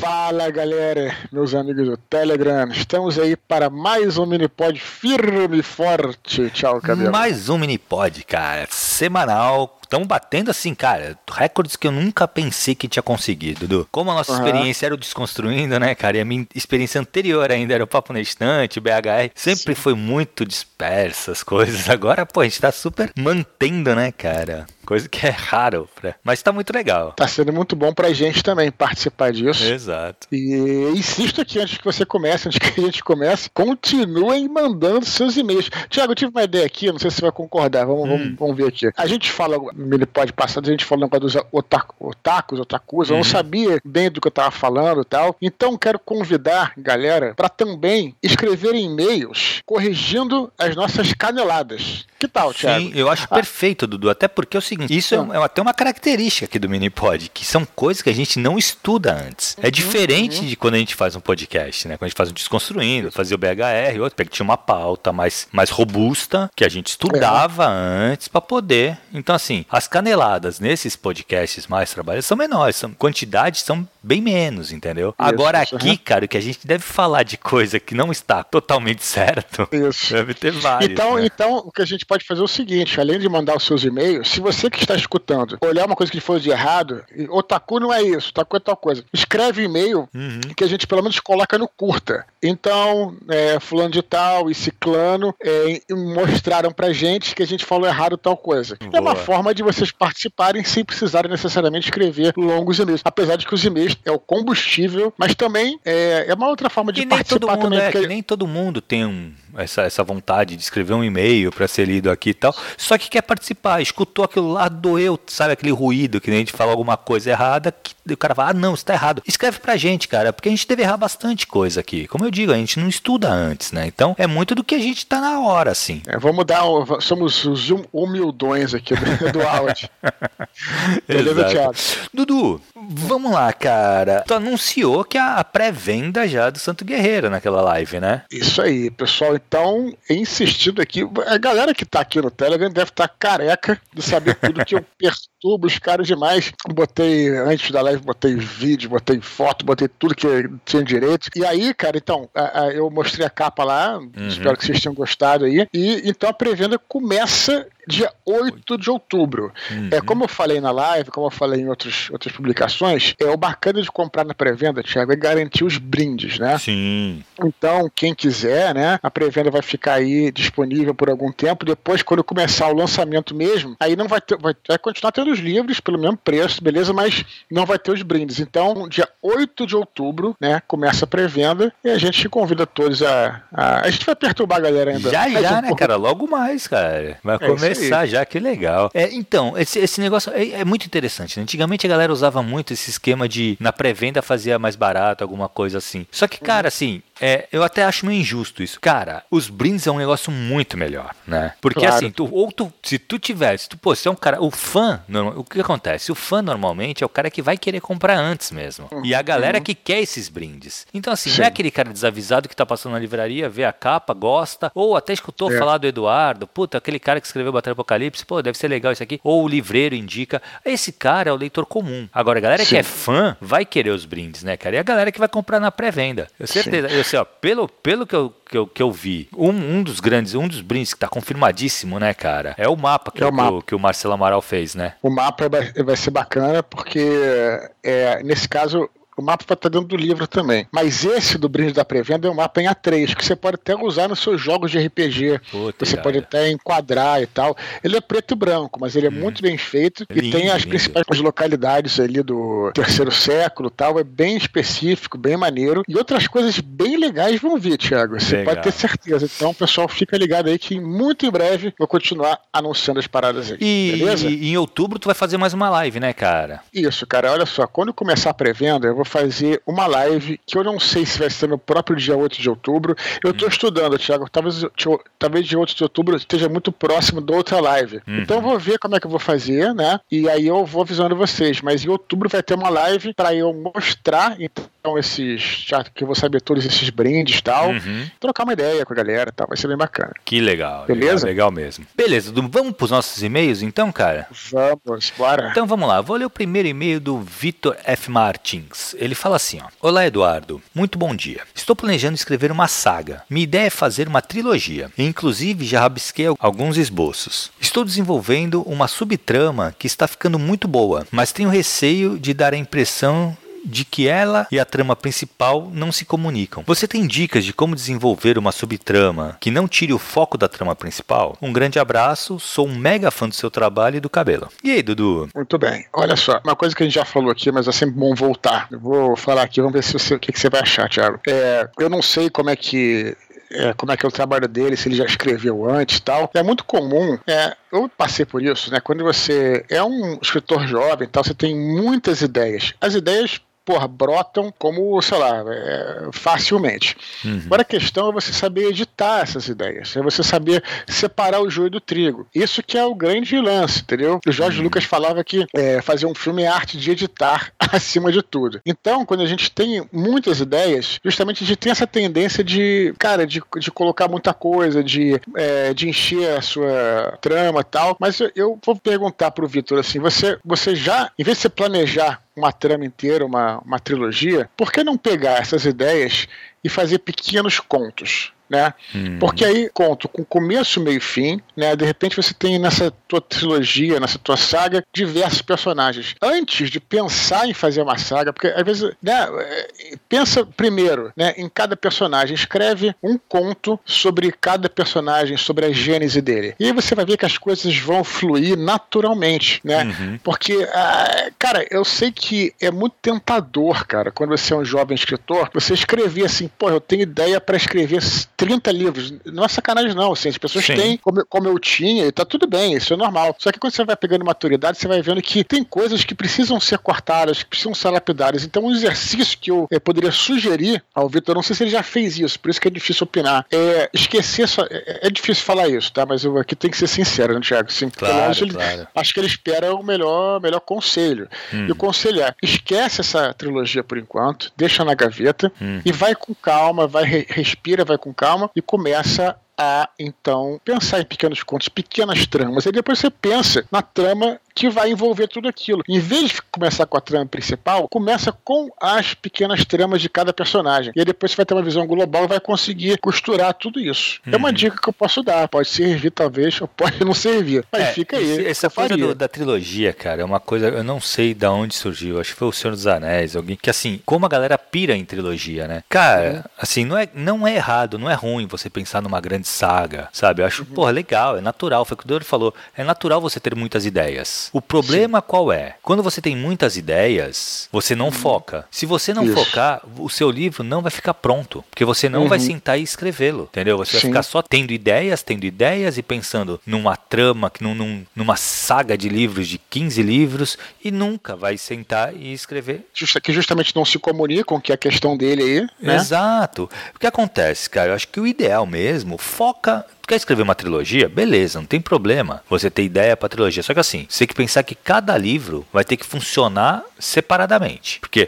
Fala galera, meus amigos do Telegram, estamos aí para mais um Minipod firme e forte. Tchau, cabelo. Mais um Minipod, cara, semanal. Estamos batendo assim, cara, recordes que eu nunca pensei que tinha conseguido, Dudu. Como a nossa experiência era o Desconstruindo, né, cara, e a minha experiência anterior ainda era o Papo na Estante, o BHR, sempre foi muito dispersa as coisas. Agora, pô, a gente tá super mantendo, né, cara, coisa que é raro, mas tá muito legal. Tá sendo muito bom pra gente também participar disso. Exato. E insisto aqui, antes que você comece, antes que a gente comece, continuem mandando seus e-mails. Tiago, eu tive uma ideia aqui, não sei se você vai concordar, vamos ver aqui. A gente fala, no Minipod passado, a gente falou dos otakus, eu não sabia bem do que eu tava falando e tal, então quero convidar, galera, pra também escreverem e-mails corrigindo as nossas caneladas. Que tal, Thiago? Sim, eu acho perfeito, Dudu, até porque é o seguinte, isso é até uma característica aqui do Minipod, que são coisas que a gente não estuda antes. É diferente de quando a gente faz um podcast, né? Quando a gente faz um Desconstruindo, fazia o BHR, outro, porque tinha uma pauta mais robusta, que a gente estudava antes pra poder. Então, assim, as caneladas nesses podcasts mais trabalhados são menores, quantidades são bem menos, entendeu? Agora aqui, cara, o que a gente deve falar de coisa que não está totalmente certo, deve ter vários. Então, o que a gente pode fazer é o seguinte, além de mandar os seus e-mails, se você que está escutando olhar uma coisa que foi de errado, otaku não é isso, otaku é tal coisa, escreve e-mail que a gente pelo menos coloca no curta. Então, fulano de tal e ciclano mostraram pra gente que a gente falou errado tal coisa. Boa. É uma forma de vocês participarem sem precisarem necessariamente escrever longos e-mails. Apesar de que os e-mails é o combustível, mas também é uma outra forma de participar também. Que nem todo mundo tem essa vontade de escrever um e-mail pra ser lido aqui e tal, só que quer participar, escutou aquilo lá, doeu, sabe, aquele ruído que nem a gente fala alguma coisa errada, que o cara fala, não, isso tá errado. Escreve pra gente, cara, porque a gente deve errar bastante coisa aqui. Como eu digo, a gente não estuda antes, né? Então, é muito do que a gente tá na hora, assim. Somos os humildões aqui do áudio. Beleza, Thiago? Dudu, vamos lá, cara. Tu anunciou que a pré-venda já do Santo Guerreiro naquela live, né? Isso aí, pessoal. Então, insistindo aqui, a galera que tá aqui no Telegram deve estar careca de saber tudo que eu perturbo os caras demais. Antes da live, botei vídeo, botei foto, botei tudo que tinha direito. E aí, cara, então, eu mostrei a capa lá, espero que vocês tenham gostado aí. E então a pré-venda começa dia 8 de outubro. Como eu falei na live, como eu falei em outras publicações, o bacana de comprar na pré-venda, Thiago, é garantir os brindes, né? Sim. Então, quem quiser, né, a pré-venda vai ficar aí disponível por algum tempo. Depois, quando começar o lançamento mesmo, aí não vai continuar tendo os livros pelo mesmo preço, beleza? Mas não vai ter os brindes. Então, dia 8 de outubro, né, começa a pré-venda e a gente convida todos a gente vai perturbar a galera ainda. Já, né, cara? Logo mais, cara. Vai começar já, que legal. Então, esse negócio é muito interessante, né? Antigamente a galera usava muito esse esquema de na pré-venda fazia mais barato, alguma coisa assim. Só que, cara, assim, eu até acho meio injusto isso. Cara, os brindes é um negócio muito melhor, né? Porque claro. Assim, se tu tivesse, você é um cara, o fã, o que acontece? O fã normalmente é o cara que vai querer comprar antes mesmo. E a galera que quer esses brindes. Então, assim, não é aquele cara desavisado que tá passando na livraria, vê a capa, gosta, ou até escutou falar do Eduardo, aquele cara que escreveu Batalha Apocalipse, deve ser legal isso aqui, ou o livreiro indica. Esse cara é o leitor comum. Agora, a galera que é fã vai querer os brindes, né, cara? E a galera que vai comprar na pré-venda. Eu certeza. Eu sei, pelo que eu vi, um dos brindes que tá confirmadíssimo, né, cara, é o mapa que o Marcelo Amaral fez, né? O mapa vai ser bacana porque, nesse caso, o mapa vai estar dentro do livro também. Mas esse do brinde da pré-venda é um mapa em A3, que você pode até usar nos seus jogos de RPG. Você pode até enquadrar e tal. Ele é preto e branco, mas ele é muito bem feito. E tem as principais localidades ali do terceiro século e tal. É bem específico, bem maneiro. E outras coisas bem legais vão vir, Thiago. Você pode ter certeza. Então, pessoal, fica ligado aí que muito em breve vou continuar anunciando as paradas aí. Beleza? E em outubro tu vai fazer mais uma live, né, cara? Isso, cara. Olha só. Quando começar a pré-venda, eu vou fazer uma live que eu não sei se vai ser no próprio dia 8 de outubro. Eu estou estudando, Thiago. Talvez dia 8 de outubro esteja muito próximo da outra live. Então eu vou ver como é que eu vou fazer, né? E aí eu vou avisando vocês. Mas em outubro vai ter uma live para eu mostrar. Então que eu vou saber todos esses brindes e tal, trocar uma ideia com a galera e tal, vai ser bem bacana. Que legal. Beleza? Legal mesmo. Beleza, Dudu, vamos pros nossos e-mails então, cara? Vamos, bora. Então vamos lá, vou ler o primeiro e-mail do Vitor F. Martins. Ele fala assim, ó. Olá, Eduardo. Muito bom dia. Estou planejando escrever uma saga. Minha ideia é fazer uma trilogia. E, inclusive, já rabisquei alguns esboços. Estou desenvolvendo uma subtrama que está ficando muito boa, mas tenho receio de dar a impressão de que ela e a trama principal não se comunicam. Você tem dicas de como desenvolver uma subtrama que não tire o foco da trama principal? Um grande abraço, sou um mega fã do seu trabalho e do Cabelo. E aí, Dudu? Muito bem. Olha só, uma coisa que a gente já falou aqui, mas é sempre bom voltar. Eu vou falar aqui, vamos ver o que você vai achar, Thiago. Eu não sei como é que é o trabalho dele, se ele já escreveu antes e tal. É muito comum, eu passei por isso, né? Quando você é um escritor jovem e tal, você tem muitas ideias. As ideias brotam como, sei lá, facilmente. Agora a questão é você saber editar essas ideias, é você saber separar o joio do trigo. Isso que é o grande lance, entendeu? O Jorge Lucas falava que fazer um filme é arte de editar acima de tudo. Então, quando a gente tem muitas ideias, justamente a gente tem essa tendência de colocar muita coisa, de encher a sua trama e tal, mas eu vou perguntar pro Vitor assim, você já, em vez de você planejar uma trama inteira, uma trilogia, por que não pegar essas ideias e fazer pequenos contos? Né? Porque aí conto com começo, meio e fim, né? De repente você tem nessa tua trilogia, nessa tua saga, diversos personagens. Antes de pensar em fazer uma saga, porque às vezes, né, pensa primeiro, né, em cada personagem, escreve um conto sobre cada personagem, sobre a gênese dele. E aí você vai ver que as coisas vão fluir naturalmente, né? Porque, cara, eu sei que é muito tentador, cara, quando você é um jovem escritor, você escrever assim, eu tenho ideia para escrever 30 livros. Não é sacanagem não, assim, as pessoas têm, como eu tinha, e tá tudo bem, isso é normal. Só que quando você vai pegando maturidade, você vai vendo que tem coisas que precisam ser cortadas, que precisam ser lapidadas. Então um exercício que eu poderia sugerir ao Vitor, não sei se ele já fez isso, por isso que é difícil opinar, esquecer só, é difícil falar isso, tá? Mas eu aqui tenho que ser sincero, né, Thiago? Assim, claro. Acho que ele espera o melhor conselho. E o conselho esquece essa trilogia por enquanto, deixa na gaveta e vai com calma, respira, vai com calma e começa a, então, pensar em pequenos contos, pequenas tramas. Aí depois você pensa na trama que vai envolver tudo aquilo. Em vez de começar com a trama principal, começa com as pequenas tramas de cada personagem. E aí depois você vai ter uma visão global e vai conseguir costurar tudo isso. É uma dica que eu posso dar. Pode servir, talvez, ou pode não servir. Mas fica aí. Essa coisa da trilogia, cara, é uma coisa, eu não sei de onde surgiu. Acho que foi o Senhor dos Anéis, alguém que, assim, como a galera pira em trilogia, né? Cara, assim, não é errado, não é ruim você pensar numa grande saga, sabe? Eu acho, legal, é natural. Foi o que o Doro falou. É natural você ter muitas ideias. O problema qual é? Quando você tem muitas ideias, você não foca. Se você não focar, o seu livro não vai ficar pronto, porque você não vai sentar e escrevê-lo, entendeu? Você vai ficar só tendo ideias e pensando numa trama, numa saga de livros, de 15 livros, e nunca vai sentar e escrever. Que justamente não se comunicam, que é a questão dele aí, né? Exato. O que acontece, cara? Eu acho que o ideal mesmo, foca. Quer escrever uma trilogia? Beleza, não tem problema você ter ideia para trilogia. Só que assim, você tem que pensar que cada livro vai ter que funcionar separadamente. Porque,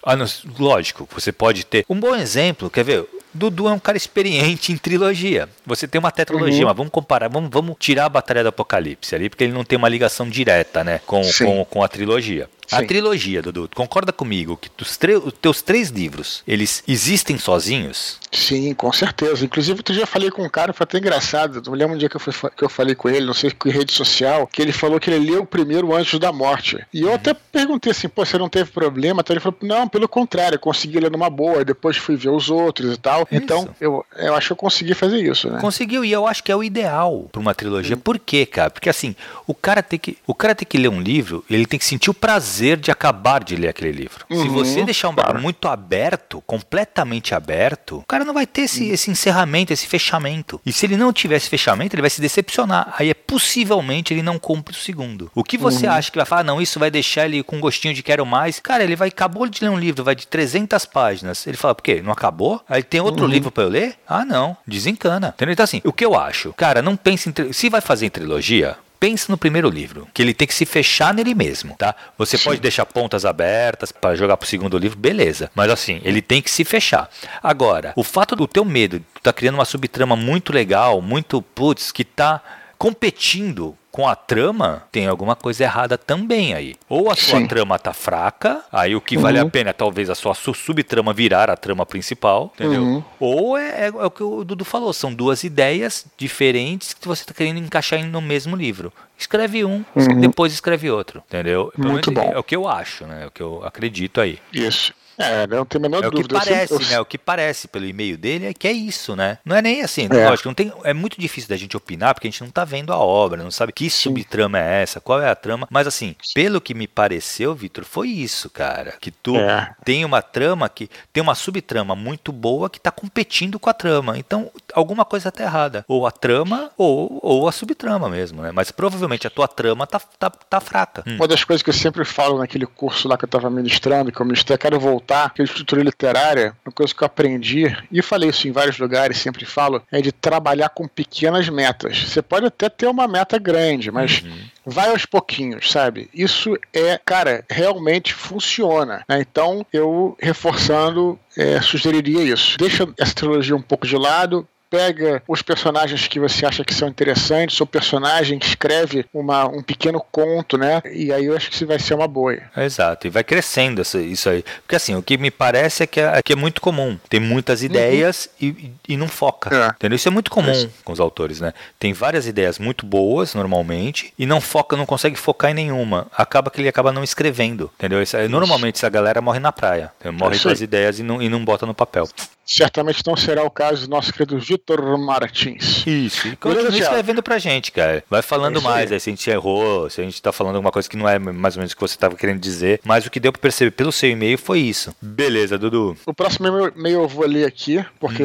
lógico, você pode ter... Um bom exemplo, quer ver? Dudu é um cara experiente em trilogia. Você tem uma tetralogia, mas vamos comparar, vamos tirar a Batalha do Apocalipse ali, porque ele não tem uma ligação direta, né, com a trilogia. A trilogia, Dudu, concorda comigo que os teus 3 livros, eles existem sozinhos? Sim, com certeza. Inclusive, outro dia eu falei com um cara, foi até engraçado. Eu lembro um dia que eu falei com ele, não sei que rede social, que ele falou que ele leu o primeiro Anjos da Morte. E eu até perguntei assim, você não teve problema? Então ele falou, não, pelo contrário, eu consegui ler numa boa, depois fui ver os outros e tal. Isso. Então, eu acho que eu consegui fazer isso, né? Conseguiu, e eu acho que é o ideal para uma trilogia. Por quê, cara? Porque assim, o cara tem que ler um livro, ele tem que sentir o prazer de acabar de ler aquele livro. Se você deixar um bagulho muito aberto, completamente aberto, o cara não vai ter esse encerramento, esse fechamento. E se ele não tiver esse fechamento, ele vai se decepcionar. Aí possivelmente ele não cumpre o segundo. O que você acha que vai falar, não, isso vai deixar ele com gostinho de quero mais? Cara, ele acabou de ler um livro, vai de 300 páginas. Ele fala, por quê? Não acabou? Aí tem outro livro pra eu ler? Ah, não. Desencana. Entendeu? Então assim, o que eu acho? Cara, não pense se vai fazer em trilogia, pensa no primeiro livro, que ele tem que se fechar nele mesmo, tá? Você pode deixar pontas abertas para jogar pro segundo livro, beleza. Mas assim, ele tem que se fechar. Agora, o fato do teu medo, tu tá criando uma subtrama muito legal, muito, que tá competindo com a trama, tem alguma coisa errada também aí. Ou a sua trama tá fraca, aí o que vale a pena é talvez a sua subtrama virar a trama principal, entendeu? Ou é o que o Dudu falou, são duas ideias diferentes que você tá querendo encaixar no mesmo livro. Escreve um, depois escreve outro, entendeu? Muito bom. É o que eu acho, né? É o que eu acredito aí. Isso. Não tem a menor dúvida. O que parece, né? O que parece pelo e-mail dele é que é isso, né? Não é nem assim, lógico, é muito difícil da gente opinar, porque a gente não tá vendo a obra, não sabe que subtrama é essa, qual é a trama, mas assim, pelo que me pareceu, Vitor, foi isso, cara, que tu tem uma trama tem uma subtrama muito boa que tá competindo com a trama, então alguma coisa tá errada, ou a trama ou a subtrama mesmo, né? Mas provavelmente a tua trama tá fraca. Uma das coisas que eu sempre falo naquele curso lá que eu tava ministrando, que eu quero voltar, que é estrutura literária, uma coisa que eu aprendi, e falei isso em vários lugares, sempre falo, é de trabalhar com pequenas metas. Você pode até ter uma meta grande, mas vai aos pouquinhos, sabe? Isso realmente funciona, né? Então, eu, reforçando, sugeriria isso. Deixa essa trilogia um pouco de lado, pega os personagens que você acha que são interessantes, ou personagem que escreve um pequeno conto, né? E aí eu acho que isso vai ser uma boa. Exato, e vai crescendo isso aí. Porque assim, o que me parece é que é muito comum. Tem muitas ideias e não foca. Entendeu? Isso é muito comum com os autores, né? Tem várias ideias muito boas, normalmente, e não consegue focar em nenhuma. Acaba que ele acaba não escrevendo, entendeu? Normalmente essa galera morre na praia. Morre com as ideias e não bota no papel. Certamente não será o caso do nosso querido Vitor Martins. Isso. E continua escrevendo pra gente, cara. Vai falando mais, aí se a gente errou, se a gente tá falando alguma coisa que não é mais ou menos o que você tava querendo dizer. Mas o que deu pra perceber pelo seu e-mail foi isso. Beleza, Dudu. O próximo e-mail eu vou ler aqui, porque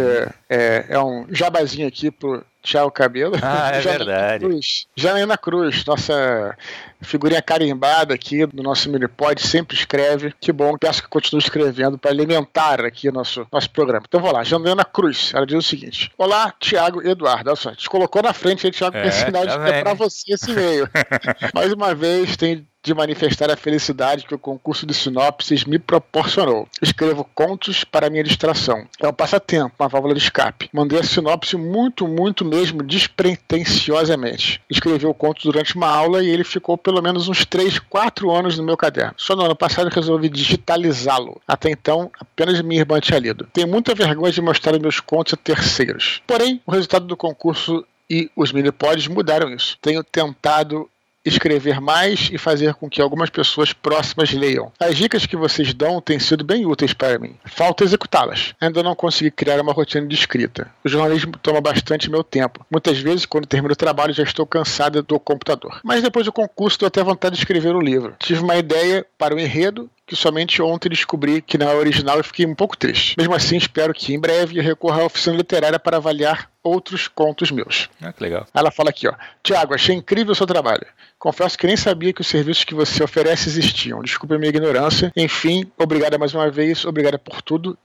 é um jabazinho aqui pro Thiago Cabelo. É verdade. Janaína Cruz, nossa figurinha carimbada aqui do nosso Minipod, sempre escreve. Que bom, peço que continue escrevendo para alimentar aqui nosso programa. Então vou lá, Janaína Cruz, ela diz o seguinte: olá, Thiago e Eduardo. Olha só, te colocou na frente aí, Thiago, com esse sinal de que é para você esse e-mail. Mais uma vez, tem de manifestar a felicidade que o concurso de sinopses me proporcionou. Escrevo contos para minha distração. É um passatempo, uma válvula de escape. Mandei a sinopse muito mesmo despretensiosamente. Escrevi o conto durante uma aula e ele ficou pelo menos uns 3, 4 anos no meu caderno. Só no ano passado resolvi digitalizá-lo. Até então, apenas minha irmã tinha lido. Tenho muita vergonha de mostrar meus contos a terceiros. Porém, o resultado do concurso e os minipods mudaram isso. Tenho tentado escrever mais e fazer com que algumas pessoas próximas leiam. As dicas que vocês dão têm sido bem úteis para mim. Falta executá-las. Ainda não consegui criar uma rotina de escrita. O jornalismo toma bastante meu tempo. Muitas vezes, quando termino o trabalho, já estou cansada do computador. Mas depois do concurso, dou até vontade de escrever um livro. Tive uma ideia para o enredo, que somente ontem descobri que não é original e fiquei um pouco triste. Mesmo assim, espero que em breve recorra à oficina literária para avaliar outros contos meus. Que legal. Ela fala aqui, ó: Tiago, achei incrível o seu trabalho. Confesso que nem sabia que os serviços que você oferece existiam. Desculpe a minha ignorância. Enfim, obrigada mais uma vez. Obrigada por tudo.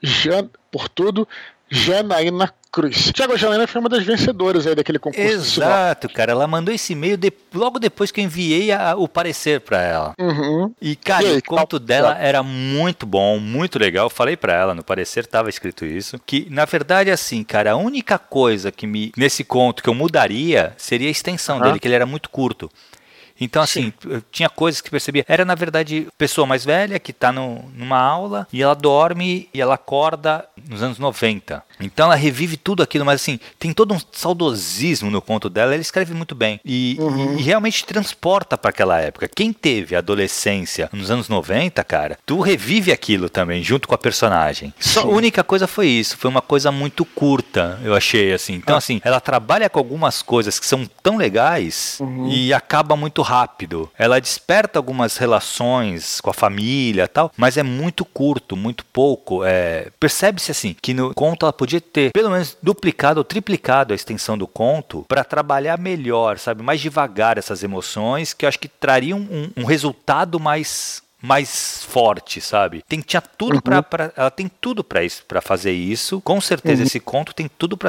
Janaína Cruz. Tiago, a Janaína foi uma das vencedoras aí daquele concurso. Exato, cara. Ela mandou esse e-mail logo depois que eu enviei o parecer pra ela. E, cara, o conto dela era muito bom, muito legal. Eu falei pra ela, no parecer tava escrito isso, que, na verdade, assim, cara, a única coisa nesse conto que eu mudaria seria a extensão dele, que ele era muito curto. Então, assim, eu tinha coisas que percebia. Era, na verdade, pessoa mais velha que tá numa aula e ela dorme e ela acorda nos anos 90. Então ela revive tudo aquilo, mas assim, tem todo um saudosismo no conto dela, ela escreve muito bem. E realmente transporta para aquela época. Quem teve adolescência nos anos 90, cara, tu revive aquilo também, junto com a personagem. Só a única coisa foi isso, foi uma coisa muito curta, eu achei, assim. Então, assim, ela trabalha com algumas coisas que são tão legais e acaba muito rápido. Ela desperta algumas relações com a família e tal, mas é muito curto, muito pouco. Percebe-se, assim, que no conto ela podia ter pelo menos duplicado ou triplicado a extensão do conto para trabalhar melhor, sabe, mais devagar essas emoções, que eu acho que trariam um resultado mais forte, sabe? Tinha tudo ela tem tudo para isso, para fazer isso. Com certeza esse conto tem tudo para ser um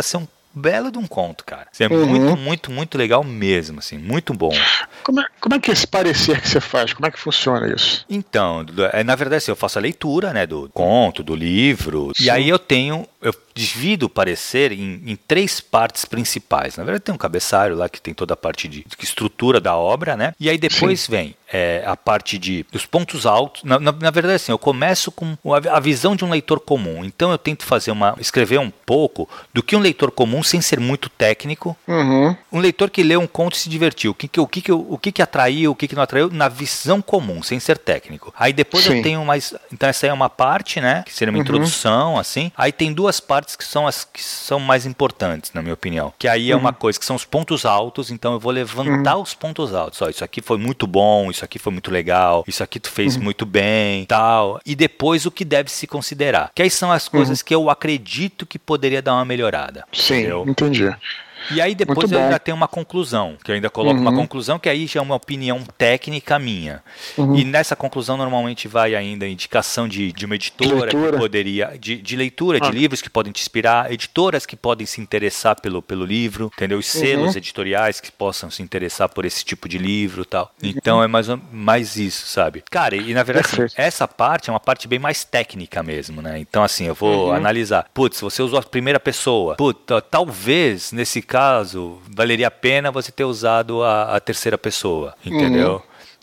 belo de um conto, cara. Isso é muito, muito, muito legal mesmo, assim, muito bom. Como é que é esse parecer que você faz? Como é que funciona isso? Então, na verdade, assim, eu faço a leitura, né, do conto, do livro, e aí eu divido o parecer em 3 partes principais. Na verdade, tem um cabeçalho lá que tem toda a parte de estrutura da obra, né? E aí depois vem a parte dos pontos altos. Na verdade, assim, eu começo com a visão de um leitor comum. Então eu tento escrever um pouco do que um leitor comum, sem ser muito técnico. Um leitor que lê um conto e se divertiu. O que atraiu, o que não atraiu, na visão comum, sem ser técnico. Aí depois eu tenho mais... Então essa aí é uma parte, né? Que seria uma introdução, assim. Aí tem 2 partes que são as que são mais importantes, na minha opinião. Que aí é uma coisa que são os pontos altos. Então eu vou levantar os pontos altos. Ó, isso aqui foi muito bom, isso aqui foi muito legal, isso aqui tu fez muito bem, tal. E depois o que deve se considerar. Que aí são as coisas que eu acredito que poderia dar uma melhorada. Sim, entendeu? Entendi. E aí depois eu ainda tenho uma conclusão, que eu ainda coloco uma conclusão, que aí já é uma opinião técnica minha. E nessa conclusão normalmente vai ainda a indicação de uma editora que poderia, de leitura de livros que podem te inspirar, editoras que podem se interessar pelo livro, entendeu? Os selos editoriais que possam se interessar por esse tipo de livro e tal. Então é mais isso, sabe? Cara, e na verdade assim, essa parte é uma parte bem mais técnica mesmo, né? Então assim, eu vou analisar. Putz, você usou a primeira pessoa. Putz, talvez nesse caso valeria a pena você ter usado a terceira pessoa, entendeu?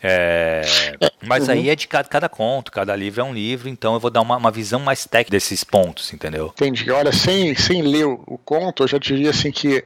Mas aí é de cada conto, cada livro é um livro, então eu vou dar uma visão mais técnica desses pontos, entendeu? Entendi. Olha, sem ler o conto, eu já diria assim que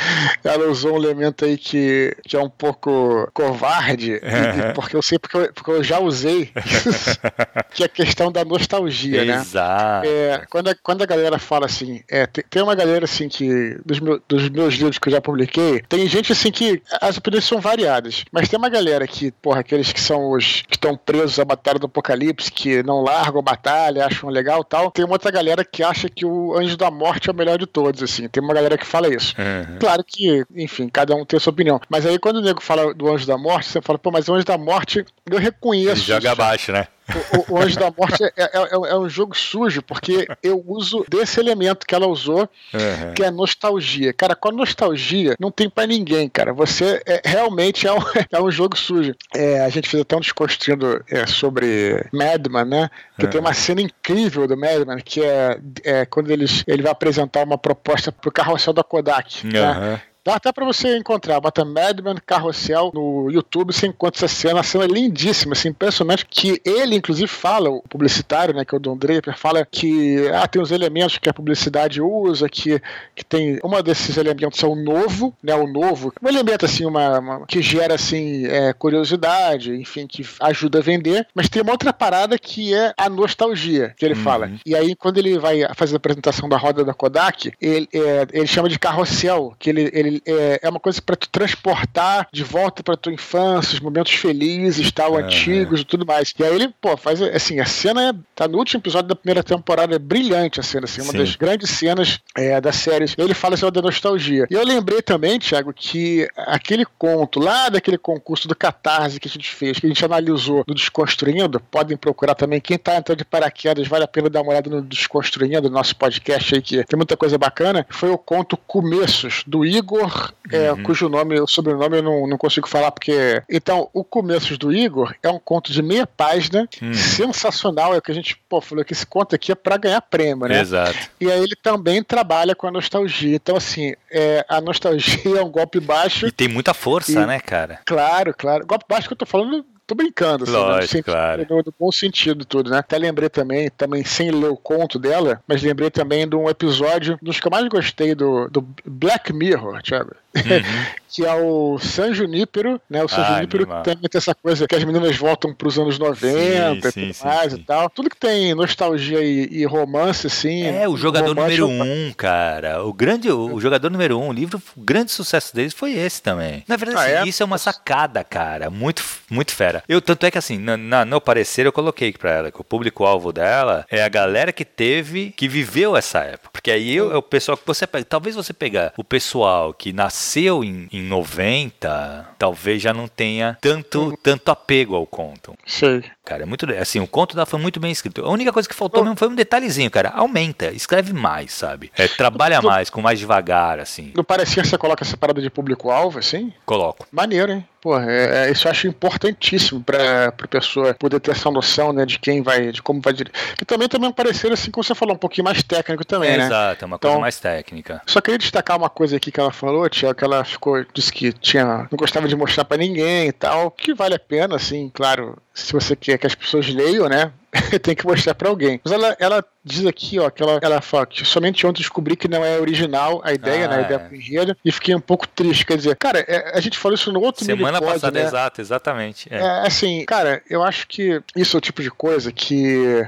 ela usou um elemento aí que é um pouco covarde, porque eu sei, porque eu já usei, que é a questão da nostalgia, né? Exato. Quando a galera fala assim, tem uma galera assim que, dos meus livros que eu já publiquei, tem gente assim que as opiniões são variadas, mas tem uma galera que, porra, aqueles que são os que estão presos à batalha do Apocalipse, que não largam a batalha, acham legal e tal. Tem uma outra galera que acha que o Anjo da Morte é o melhor de todos, assim. Tem uma galera que fala isso. Claro que, enfim, cada um tem a sua opinião. Mas aí quando o nego fala do Anjo da Morte, você fala, pô, mas o Anjo da Morte eu reconheço. Ele joga abaixo, né? O Anjo da Morte é um jogo sujo, porque eu uso desse elemento que ela usou, que é a nostalgia. Cara, com a nostalgia não tem pra ninguém, cara. Você realmente é um jogo sujo. A gente fez até um desconstruindo sobre Madman, né? Que tem uma cena incrível do Madman, que é quando ele vai apresentar uma proposta pro carrossel da Kodak, né? Dá até pra você encontrar, bota Madman Carrossel no YouTube, você encontra essa cena é lindíssima, assim, impressionante, que ele, inclusive, fala, o publicitário, né, que é o Don Draper, fala que tem os elementos que a publicidade usa, que tem, uma desses elementos é o novo, né, um elemento, assim, que gera, assim, curiosidade, enfim, que ajuda a vender, mas tem uma outra parada que é a nostalgia, que ele fala. E aí, quando ele vai fazer a apresentação da roda da Kodak, ele chama de carrossel, que ele é uma coisa para tu transportar de volta para tua infância, os momentos felizes, tal, antigos e tudo mais. E aí ele, faz assim, a cena tá no último episódio da primeira temporada, é brilhante a cena, assim, uma das grandes cenas da série. Ele fala assim, da nostalgia. E eu lembrei também, Thiago, que aquele conto lá daquele concurso do Catarse que a gente fez, que a gente analisou no Desconstruindo, podem procurar também, quem tá entrando de paraquedas, vale a pena dar uma olhada no Desconstruindo, nosso podcast aí, que tem muita coisa bacana, foi o conto Começos, do Igor, cujo sobrenome eu não consigo falar, porque... Então, o Começos do Igor é um conto de meia página, sensacional, é o que a gente falou que esse conto aqui é pra ganhar prêmio, né? Exato. E aí ele também trabalha com a nostalgia. Então, assim, a nostalgia é um golpe baixo. E tem muita força, né, cara? Claro. Golpe baixo que eu tô falando... Tô brincando, assim, lógico, claro. No bom sentido tudo, né? Até lembrei também sem ler o conto dela, mas lembrei também de um episódio dos que eu mais gostei do Black Mirror, Thiago. Que é o San Junípero, né? O San Junípero que também tem essa coisa que as meninas voltam pros anos 90 e tudo mais e tal. Tudo que tem nostalgia e romance, assim. O jogador número 1, cara. O jogador número 1, o grande sucesso deles foi esse também. Na verdade, isso é uma sacada, cara. Muito, muito fera. Tanto é que, assim, no parecer eu coloquei pra ela que o público-alvo dela é a galera que viveu essa época. Porque aí é o pessoal que você pega. Talvez você pegar o pessoal que nasceu em 90, talvez já não tenha tanto apego ao conto. Sei. cara. É muito, assim, o conto dela foi muito bem escrito. A única coisa que faltou mesmo foi um detalhezinho, cara. Aumenta, escreve mais, sabe? Trabalha mais, com mais devagar, assim. Não parecia que você coloca essa parada de público-alvo, assim? Coloco. Maneiro, hein? Pô, isso eu acho importantíssimo pra pessoa poder ter essa noção, né, de quem vai, de como vai dirigir. E também parecer, assim, como você falou, um pouquinho mais técnico também, né? Exato, é uma coisa mais técnica. Só queria destacar uma coisa aqui que ela falou, Tiago, que ela disse que não gostava de mostrar pra ninguém e tal, que vale a pena, assim, claro, se você quer que as pessoas leiam, né? Tem que mostrar pra alguém. Mas ela diz aqui, ó, que ela fala que somente ontem descobri que não é original a ideia, né? A ideia pro enredo, e fiquei um pouco triste. Quer dizer, cara, a gente falou isso no outro semana passada, né? Exatamente. Assim, cara, eu acho que isso é o tipo de coisa que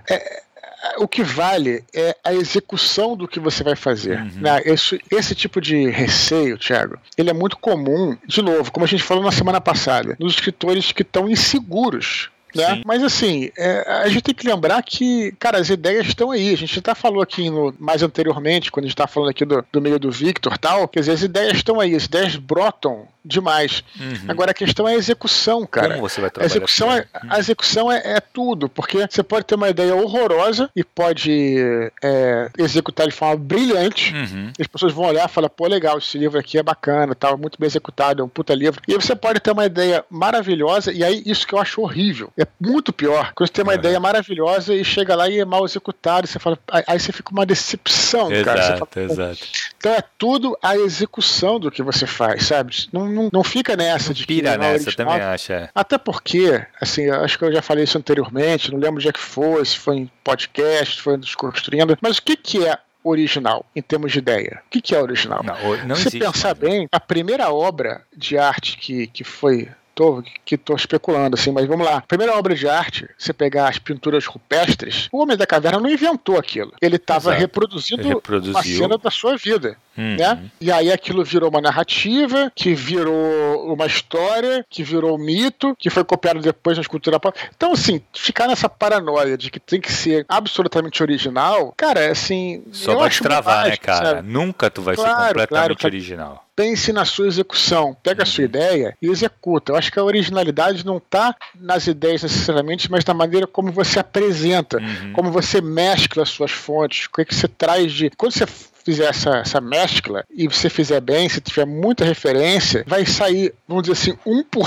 o que vale é a execução do que você vai fazer. Né? Esse tipo de receio, Thiago, ele é muito comum, de novo, como a gente falou na semana passada, nos escritores que estão inseguros. Né? Mas assim, a gente tem que lembrar que, cara, as ideias estão aí. A gente até falou aqui mais anteriormente, quando a gente estava falando aqui do meio do Victor e tal, quer dizer, as ideias estão aí, as ideias brotam demais. Agora a questão é a execução, cara. Como você vai trabalhar? A execução é tudo, porque você pode ter uma ideia horrorosa e pode executar de forma brilhante. As pessoas vão olhar e falar, pô, legal, esse livro aqui é bacana, tal, muito bem executado, é um puta livro. E aí você pode ter uma ideia maravilhosa, e aí isso que eu acho horrível. É muito pior quando você tem uma ideia maravilhosa e chega lá e é mal executado, e você fala, aí você fica uma decepção, cara. Exato. Então é tudo a execução do que você faz, sabe? Não fica nessa de que pira nessa, eu também acho. Até porque, assim, acho que eu já falei isso anteriormente, não lembro onde é que foi, se foi em podcast, se foi Desconstruindo, mas o que é original, em termos de ideia? O que é original? Não se pensar bem, a primeira obra de arte que foi... Tô especulando, assim, mas vamos lá. A primeira obra de arte, você pegar as pinturas rupestres, o Homem da Caverna não inventou aquilo. Ele estava reproduzindo uma cena da sua vida. Né? E aí aquilo virou uma narrativa, que virou uma história, que virou um mito, que foi copiado depois na cultura pop. Então, assim, ficar nessa paranoia de que tem que ser absolutamente original, cara, assim... Só vai te travar, né, cara? Sabe? Nunca tu vai ser completamente original. Pense na sua execução, pega a sua ideia e executa. Eu acho que a originalidade não está nas ideias necessariamente, mas na maneira como você apresenta, como você mescla as suas fontes, o que você traz de... Quando você fizer essa mescla e você fizer bem, se tiver muita referência, vai sair, vamos dizer assim,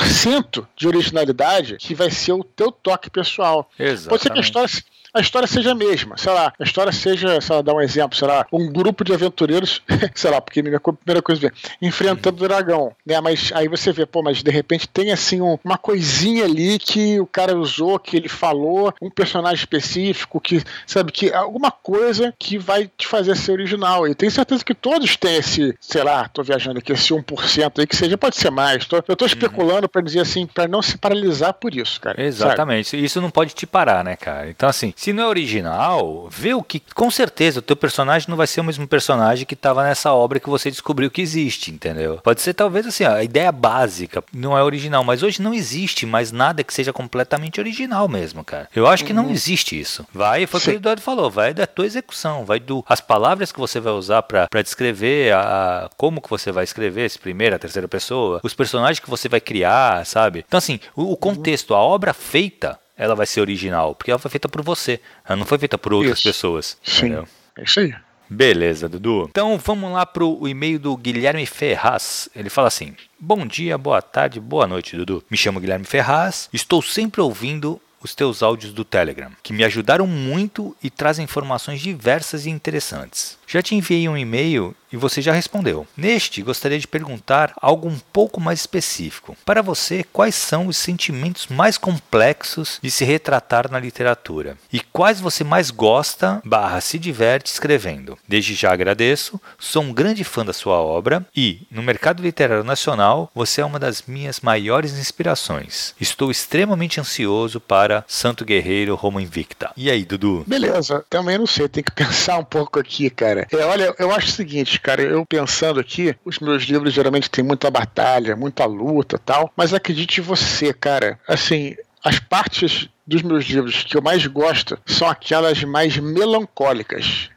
1% de originalidade que vai ser o teu toque pessoal. Exatamente. Pode ser que a história seja a mesma, sei lá, a história seja, sei lá, dar um exemplo, sei lá, um grupo de aventureiros, sei lá, porque a minha primeira coisa enfrentando o dragão, né, mas aí você vê, pô, mas de repente tem assim uma coisinha ali que o cara usou, que ele falou, um personagem específico, que, sabe, que alguma coisa que vai te fazer ser original, e tenho certeza que todos têm esse, sei lá, tô viajando aqui, esse 1% aí, que seja, pode ser mais, eu tô especulando pra dizer assim, pra não se paralisar por isso, cara. Exatamente, sabe? Isso não pode te parar, né, cara, então assim, se não é original, vê o que... Com certeza, o teu personagem não vai ser o mesmo personagem que estava nessa obra que você descobriu que existe, entendeu? Pode ser talvez assim, a ideia básica não é original, mas hoje não existe mais nada que seja completamente original mesmo, cara. Eu acho que não existe isso. Foi o que o Eduardo falou, vai da tua execução, vai as palavras que você vai usar para descrever, como que você vai escrever, se primeira, terceira pessoa, os personagens que você vai criar, sabe? Então assim, o contexto, a obra feita, ela vai ser original, porque ela foi feita por você. Ela não foi feita por outras pessoas. Sim, entendeu? É isso aí. Beleza, Dudu. Então vamos lá pro e-mail do Guilherme Ferraz. Ele fala assim: bom dia, boa tarde, boa noite, Dudu. Me chamo Guilherme Ferraz, estou sempre ouvindo os teus áudios do Telegram, que me ajudaram muito e trazem informações diversas e interessantes. Já te enviei um e-mail e você já respondeu. Neste, gostaria de perguntar algo um pouco mais específico. Para você, quais são os sentimentos mais complexos de se retratar na literatura? E quais você mais gosta / se diverte escrevendo? Desde já agradeço, sou um grande fã da sua obra e, no mercado literário nacional, você é uma das minhas maiores inspirações. Estou extremamente ansioso para Santo Guerreiro Roma Invicta. E aí, Dudu? Beleza, também não sei, tem que pensar um pouco aqui, cara. Olha, eu acho o seguinte, cara, eu pensando aqui, os meus livros geralmente têm muita batalha, muita luta e tal, mas acredite você, cara, assim, as partes dos meus livros que eu mais gosto são aquelas mais melancólicas.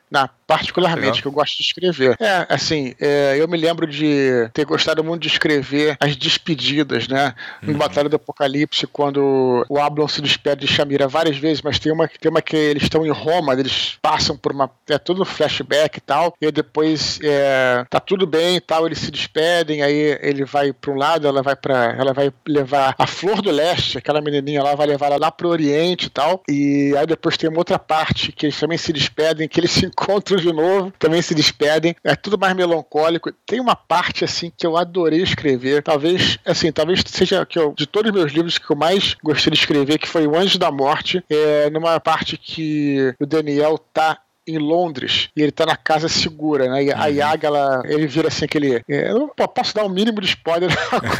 particularmente, que eu gosto de escrever. Eu me lembro de ter gostado muito de escrever as despedidas, né? No Batalha do Apocalipse, quando o Ablon se despede de Shamira várias vezes, mas tem uma que eles estão em Roma, eles passam por tudo flashback e tal, e depois tá tudo bem e tal, eles se despedem, aí ele vai para um lado, ela vai levar a Flor do Leste, aquela menininha lá, vai levar ela lá pro Oriente e tal, e aí depois tem uma outra parte que eles também se despedem, que eles se encontram de novo, também se despedem, é tudo mais melancólico. Tem uma parte assim que eu adorei escrever, talvez seja de todos os meus livros que eu mais gostei de escrever, que foi O Anjo da Morte, numa parte que o Daniel tá em Londres, e ele tá na casa segura, né? E a Yaga, ele vira assim aquele... Eu não posso dar um mínimo de spoiler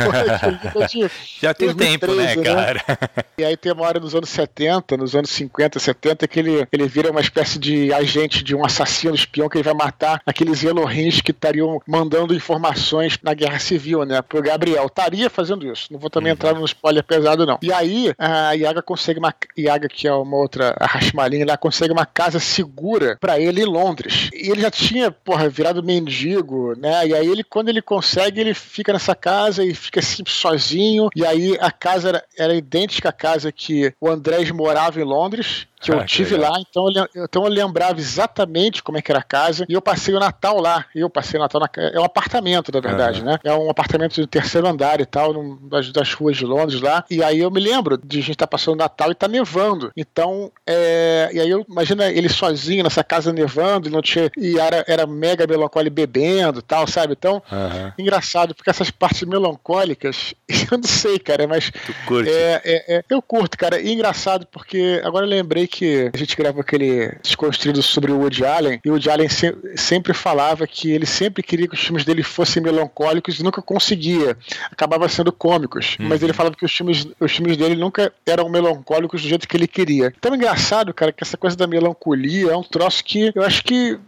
já tem 2013, tempo, né, cara? E aí tem uma hora nos anos 70, nos anos 50, 70, que ele vira uma espécie de agente de um assassino espião que ele vai matar aqueles Elohins que estariam mandando informações na Guerra Civil, né? Pro Gabriel. Estaria fazendo isso. Não vou também entrar no spoiler pesado, não. E aí, a Yaga consegue Yaga, que é uma outra, a Rashmalin, ela consegue uma casa segura pra ele em Londres. E ele já tinha, virado mendigo, né? E aí quando ele consegue, ele fica nessa casa e fica assim sozinho. E aí a casa era idêntica à casa que o Andrés morava em Londres, que eu tive lá, então eu lembrava exatamente como é que era a casa, e eu passei o Natal lá. É um apartamento, na verdade, né? É um apartamento de terceiro andar e tal, das ruas de Londres lá, e aí eu me lembro de a gente estar passando o Natal e tá nevando, então, e aí eu imagino ele sozinho nessa casa nevando, era mega melancólico bebendo e tal, sabe? Então, engraçado, porque essas partes melancólicas, eu não sei, cara, mas tu curte? Eu curto, cara, e engraçado, porque agora eu lembrei que a gente gravou aquele Desconstruído sobre o Woody Allen, e o Woody Allen sempre falava que ele sempre queria que os filmes dele fossem melancólicos e nunca conseguia, acabava sendo cômicos, mas ele falava que os filmes dele nunca eram melancólicos do jeito que ele queria. Então é engraçado, cara, que essa coisa da melancolia é um troço que eu acho que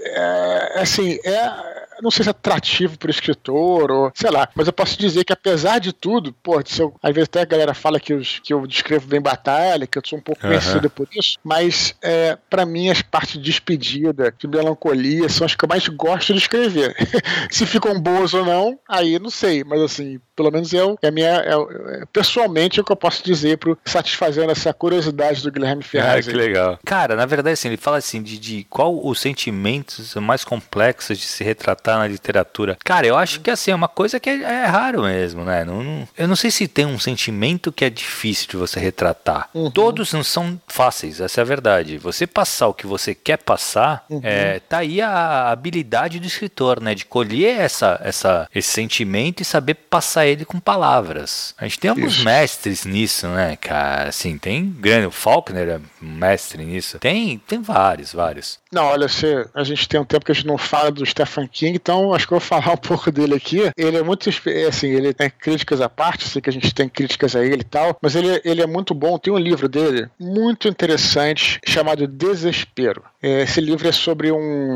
não sei se é atrativo pro escritor, ou sei lá, mas eu posso dizer que apesar de tudo, às vezes até a galera fala que eu descrevo bem batalha, que eu sou um pouco conhecido por isso, mas pra mim as partes de despedida, de melancolia, são as que eu mais gosto de escrever. Se ficam boas ou não, aí não sei, mas assim, pelo menos pessoalmente é o que eu posso dizer satisfazendo essa curiosidade do Guilherme Ferraz. Que legal. Cara, na verdade, assim, ele fala assim de qual os sentimentos mais complexos de se retratar na literatura. Cara, eu acho que assim, é uma coisa que é raro mesmo, né? Eu não sei se tem um sentimento que é difícil de você retratar. Todos não são fáceis, essa é a verdade. Você passar o que você quer passar, tá aí a habilidade do escritor, né? De colher esse sentimento e saber passar ele com palavras. A gente tem alguns mestres nisso, né, cara? Assim, tem grande... O Faulkner é um mestre nisso. Tem vários. Não, olha, a gente tem um tempo que a gente não fala do Stephen King, então acho que eu vou falar um pouco dele aqui. Ele é muito, assim, ele tem críticas à parte, sei que a gente tem críticas a ele e tal, mas ele é muito bom. Tem um livro dele muito interessante chamado Desespero. Esse livro é sobre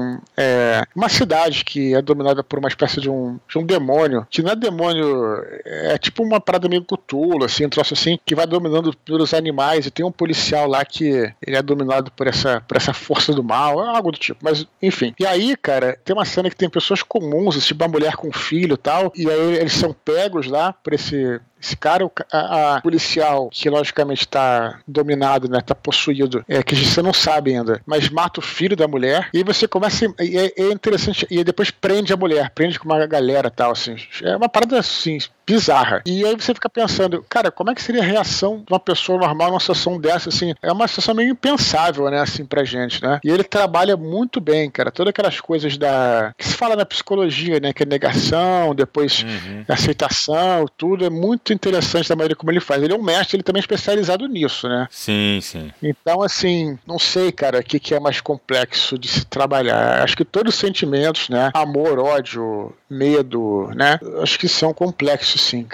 uma cidade que é dominada por uma espécie de um demônio, que não é demônio, é tipo uma parada meio Cthulhu, assim, um troço assim, que vai dominando pelos animais, e tem um policial lá que ele é dominado por essa força do mal, algo do tipo, mas enfim. E aí, cara, tem uma cena que tem pessoas comuns, tipo uma mulher com um filho e tal, e aí eles são pegos lá por esse cara, a policial, que logicamente está dominado, né, tá possuído, que você não sabe ainda, mas mata o filho da mulher, e aí você começa, é interessante, e aí depois prende a mulher, prende com uma galera e tal, assim, é uma parada assim, bizarra. E aí você fica pensando, cara, como é que seria a reação de uma pessoa normal numa situação dessa, assim, é uma situação meio impensável, né, assim, pra gente, né, e ele trabalha muito bem, cara, todas aquelas coisas que se fala na psicologia, né, que é negação, depois aceitação, tudo, é muito interessante da maneira como ele faz. Ele é um mestre, ele também é especializado nisso, né? Sim. Então, assim, não sei, cara, o que é mais complexo de se trabalhar. Acho que todos os sentimentos, né? Amor, ódio, medo, né? Acho que são complexos, sim, cara.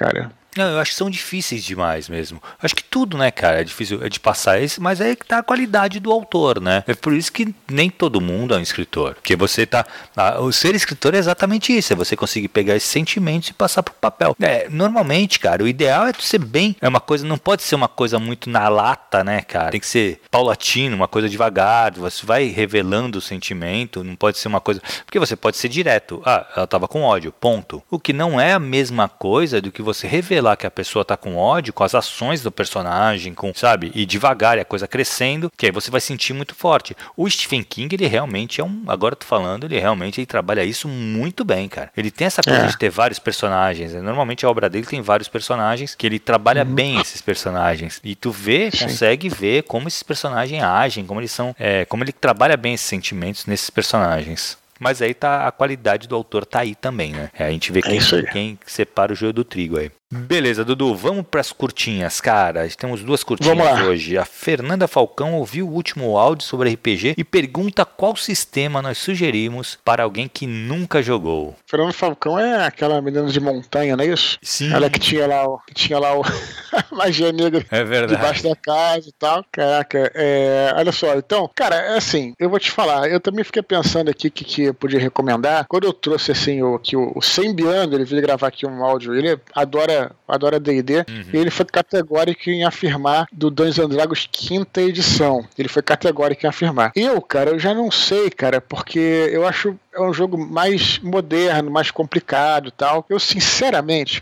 Não, eu acho que são difíceis demais mesmo. Acho que tudo, né, cara, é difícil de passar isso, mas aí que tá a qualidade do autor, né? É por isso que nem todo mundo é um escritor. Porque você tá... O ser escritor é exatamente isso, é você conseguir pegar esses sentimentos e passar pro papel. Normalmente, cara, o ideal é ser bem... não pode ser uma coisa muito na lata, né, cara? Tem que ser paulatino, uma coisa devagar, você vai revelando o sentimento, não pode ser uma coisa... Porque você pode ser direto. Ela tava com ódio, ponto. O que não é a mesma coisa do que você revelar que a pessoa tá com ódio, com as ações do personagem, sabe? E devagar, e a coisa crescendo, que aí você vai sentir muito forte. O Stephen King, ele realmente agora eu tô falando, ele trabalha isso muito bem, cara. Ele tem essa coisa de ter vários personagens, né? Normalmente a obra dele tem vários personagens, que ele trabalha bem esses personagens. E tu consegue ver como esses personagens agem, como eles são, como ele trabalha bem esses sentimentos nesses personagens. Mas aí a qualidade do autor tá aí também, né? A gente vê quem separa o joio do trigo aí. Beleza, Dudu, vamos pras curtinhas, cara. Temos 2 curtinhas hoje. A Fernanda Falcão ouviu o último áudio sobre RPG e pergunta qual sistema nós sugerimos para alguém que nunca jogou. Fernanda Falcão é aquela menina de montanha, não é isso? Sim. Ela que tinha lá o magia negra debaixo da casa e tal. Caraca, olha só, então, cara, assim, eu vou te falar, eu também fiquei pensando aqui que eu podia recomendar. Quando eu trouxe assim o Sembiano, ele veio gravar aqui um áudio, ele adora D&D, e ele foi categórico em afirmar do Dungeons & Dragons 5ª edição. Ele foi categórico em afirmar. Eu já não sei, cara, porque eu acho é um jogo mais moderno, mais complicado e tal. Eu, sinceramente,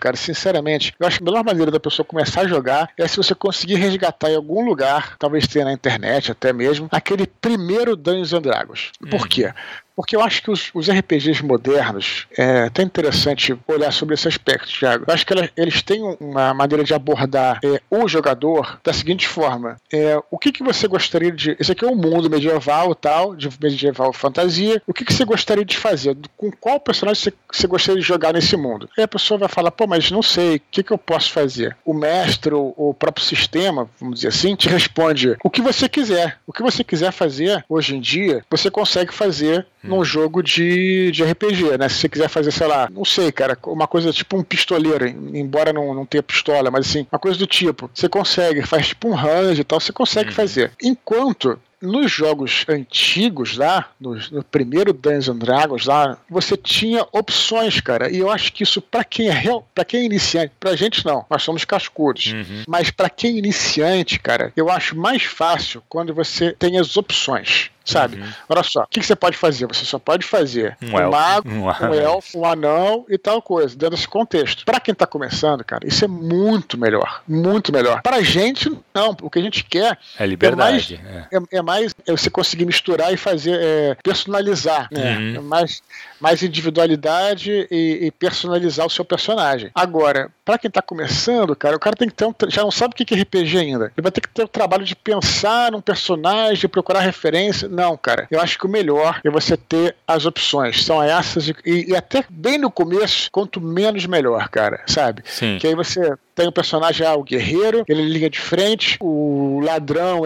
eu acho que a melhor maneira da pessoa começar a jogar é se você conseguir resgatar em algum lugar, talvez tenha na internet até mesmo, aquele primeiro Dungeons & Dragons. Por quê? Porque eu acho que os RPGs modernos, é até interessante olhar sobre esse aspecto, Thiago. Eu acho que eles têm uma maneira de abordar o jogador da seguinte forma. O que você gostaria de... Esse aqui é um mundo medieval tal, de medieval fantasia. O que você gostaria de fazer? Com qual personagem você gostaria de jogar nesse mundo? Aí a pessoa vai falar, mas não sei, o que eu posso fazer? O mestre, ou o próprio sistema, vamos dizer assim, te responde o que você quiser. O que você quiser fazer, hoje em dia, você consegue fazer num jogo de RPG, né? Se você quiser fazer, sei lá, não sei, cara, uma coisa tipo um pistoleiro, embora não tenha pistola, mas assim, uma coisa do tipo, você consegue, faz tipo um range e tal, você consegue fazer. Enquanto nos jogos antigos lá, no primeiro Dungeons & Dragons lá, você tinha opções, cara, e eu acho que isso pra quem é iniciante, pra gente não, nós somos cascudos, mas pra quem é iniciante, cara, eu acho mais fácil quando você tem as opções. Sabe? Olha só, o que você pode fazer? Você só pode fazer um mago, um elfo, um anão e tal coisa, dentro desse contexto. Pra quem tá começando, cara, isso é muito melhor. Muito melhor. Pra gente, não. O que a gente quer é liberdade. É mais você conseguir misturar e fazer, personalizar, né? Mais individualidade e personalizar o seu personagem. Agora, pra quem tá começando, cara, o cara tem que ter já não sabe o que é RPG ainda. Ele vai ter que ter o trabalho de pensar num personagem, de procurar referência. Não, cara. Eu acho que o melhor é você ter as opções. São essas e até bem no começo, quanto menos melhor, cara. Sabe? Sim. Que aí você tem o personagem, o guerreiro, ele é linha de frente, o ladrão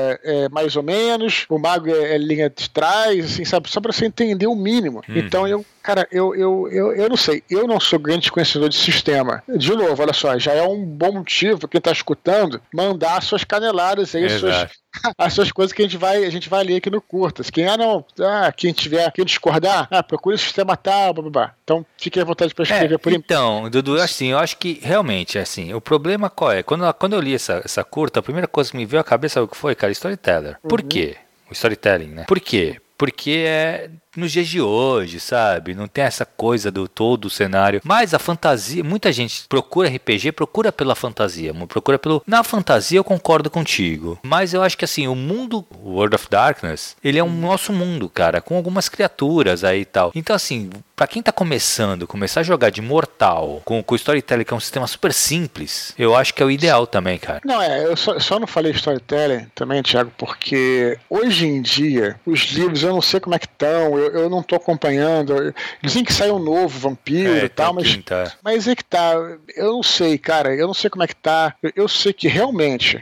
é mais ou menos, o mago é linha de trás, assim, sabe? Só pra você entender o mínimo. Então, eu não sei. Eu não sou grande conhecedor de sistema. De novo, olha só, já é um bom motivo quem tá escutando mandar suas caneladas aí, as suas coisas que a gente vai ler aqui no Curtas. Quem discordar, procure o sistema tal, blá, blá, blá. Então, fique à vontade para escrever por Então, Dudu, assim, eu acho que realmente, assim, o problema qual é? Quando eu li essa curta, a primeira coisa que me veio à cabeça, sabe o que foi, cara? Storyteller. Por quê? O storytelling, né? Por quê? Porque nos dias de hoje, sabe? Não tem essa coisa do todo o cenário. Mas a fantasia, muita gente procura RPG, procura pela fantasia. Na fantasia eu concordo contigo. Mas eu acho que assim, o mundo, o World of Darkness, ele é um nosso mundo, cara, com algumas criaturas aí e tal. Então assim, pra quem tá começar a jogar de mortal, com o Storytelling, que é um sistema super simples, eu acho que é o ideal também, cara. Não, eu só não falei Storytelling também, Thiago, porque hoje em dia, os livros, eu não sei como é que estão, eu não tô acompanhando. Dizem que saiu um novo vampiro e tal, mas é que tá. Eu não sei, cara. Eu não sei como é que tá. Eu sei que realmente,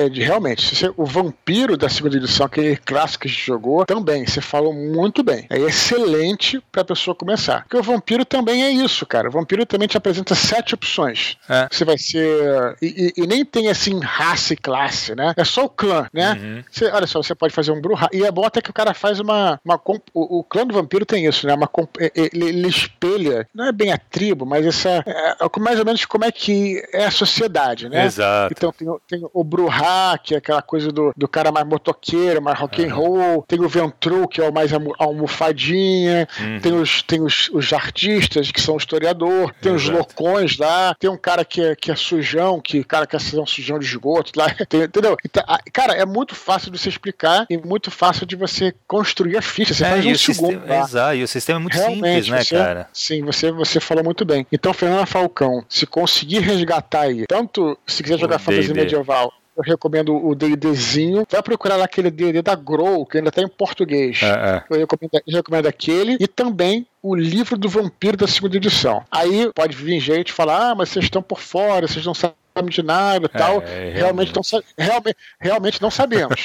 o vampiro da segunda edição, aquele clássico que a gente jogou, também, você falou muito bem. É excelente pra pessoa começar. pensar. Porque o vampiro também é isso, cara. O vampiro também te apresenta 7 opções. Você vai ser... E nem tem, assim, raça e classe, né? É só o clã, né? Olha só, você pode fazer um Bruhá. E é bom até que o cara faz o clã do vampiro tem isso, né? Ele espelha, não é bem a tribo, mas mais ou menos como é que é a sociedade, né? Exato. Então tem o Bruhá, que é aquela coisa do cara mais motoqueiro, mais rock and roll. Tem o Ventru, que é o mais almofadinha. Tem os artistas, que são historiador. Tem os loucões lá. Tem um cara que é sujão, que o cara quer ser um sujão de esgoto lá. Entendeu? Então, cara, é muito fácil de você explicar e muito fácil de você construir a ficha. Você faz um segundo. Exato, e o sistema é muito simples, né, cara? Sim, você falou muito bem. Então, Fernanda Falcão, se conseguir resgatar aí, tanto se quiser jogar fantasia medieval, eu recomendo o D&Dzinho. Vai procurar lá aquele D&D da Grow, que ainda tá em português. Eu recomendo aquele. E também o livro do vampiro da 2ª edição. Aí pode vir gente falar, mas vocês estão por fora, vocês não sabem de nada e tal. Realmente não sabemos.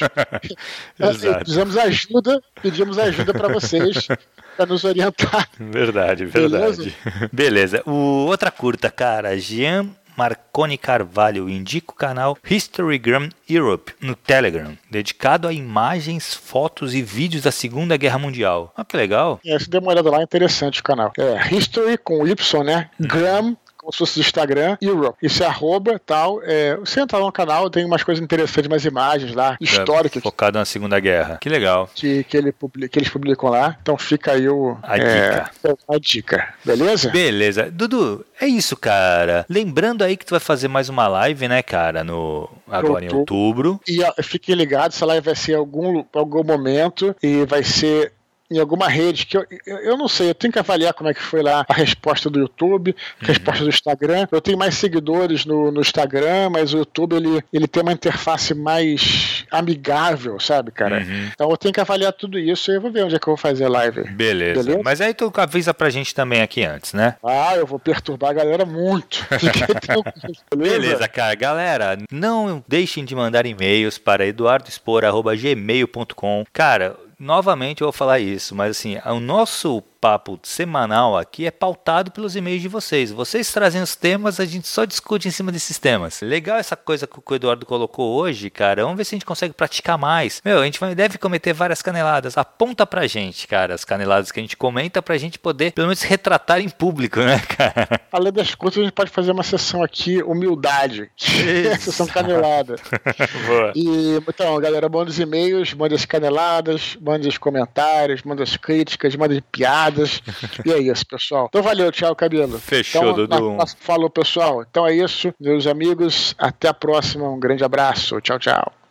Pedimos ajuda para vocês, para nos orientar. Verdade. Beleza. Outra curta, cara. Jean Marconi Carvalho indica o canal Historygram Europe no Telegram, dedicado a imagens, fotos e vídeos da Segunda Guerra Mundial. Que legal. Se der uma olhada lá, é interessante o canal. History com Y, né? Gram, como se fosse do Instagram, Europe. Isso é @ tal. Você entra lá no canal, tem umas coisas interessantes, umas imagens lá, históricas. Focado na Segunda Guerra. Que legal. Que eles publicam lá. Então fica aí a dica. Beleza? Beleza. Dudu, é isso, cara. Lembrando aí que tu vai fazer mais uma live, né, cara, agora em outubro. E fiquem ligados, essa live vai ser em algum momento e vai ser em alguma rede que eu não sei, eu tenho que avaliar como é que foi lá a resposta do YouTube, a resposta do Instagram. Eu tenho mais seguidores no Instagram, mas o YouTube ele tem uma interface mais amigável, sabe, cara? Então eu tenho que avaliar tudo isso e eu vou ver onde é que eu vou fazer a live. Beleza. Mas aí tu avisa pra gente também aqui antes, né? Eu vou perturbar a galera muito. Beleza, cara. Galera, não deixem de mandar e-mails para eduardospor@gmail.com. Cara, novamente eu vou falar isso, mas assim, o nosso papo semanal aqui é pautado pelos e-mails de vocês. Vocês trazem os temas, a gente só discute em cima desses temas. Legal essa coisa que o Eduardo colocou hoje, cara. Vamos ver se a gente consegue praticar mais. A gente deve cometer várias caneladas. Aponta pra gente, cara, as caneladas que a gente comenta pra gente poder, pelo menos, retratar em público, né, cara? Além das coisas, a gente pode fazer uma sessão aqui, humildade. Sessão canelada. Boa. Então, galera, manda os e-mails, manda as caneladas, manda os comentários, manda as críticas, manda as piadas. E é isso, pessoal. Então valeu, tchau, Cabelo. Fechou, Dudu. Falou, pessoal. Então é isso, meus amigos. Até a próxima. Um grande abraço. Tchau, tchau.